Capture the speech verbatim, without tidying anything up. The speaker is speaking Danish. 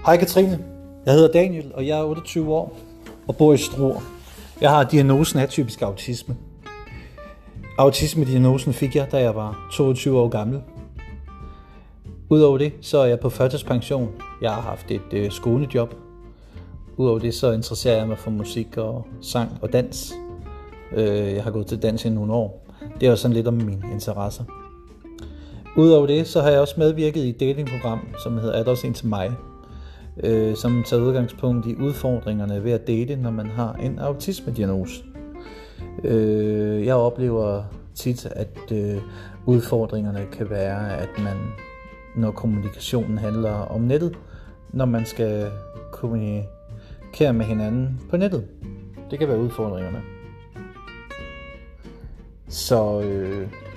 Hej Katrine, jeg hedder Daniel, og jeg er otteogtyve år og bor i Struer. Jeg har diagnosen atypisk autisme. Autisme-diagnosen fik jeg, da jeg var toogtyve år gammel. Udover det, så er jeg på førtidspension. Jeg har haft et øh, skolejob. Udover det, så interesserer jeg mig for musik og sang og dans. Øh, jeg har gået til dans i nogle år. Det er jo sådan lidt om mine interesser. Udover det, så har jeg også medvirket i et datingprogram, som hedder Er der også en til mig? Øh, som tager udgangspunkt i udfordringerne ved at date, når man har en autisme-diagnose. Øh, jeg oplever tit, at øh, udfordringerne kan være, at man, når kommunikationen handler om nettet, når man skal kommunikere med hinanden på nettet. Det kan være udfordringerne. Så øh,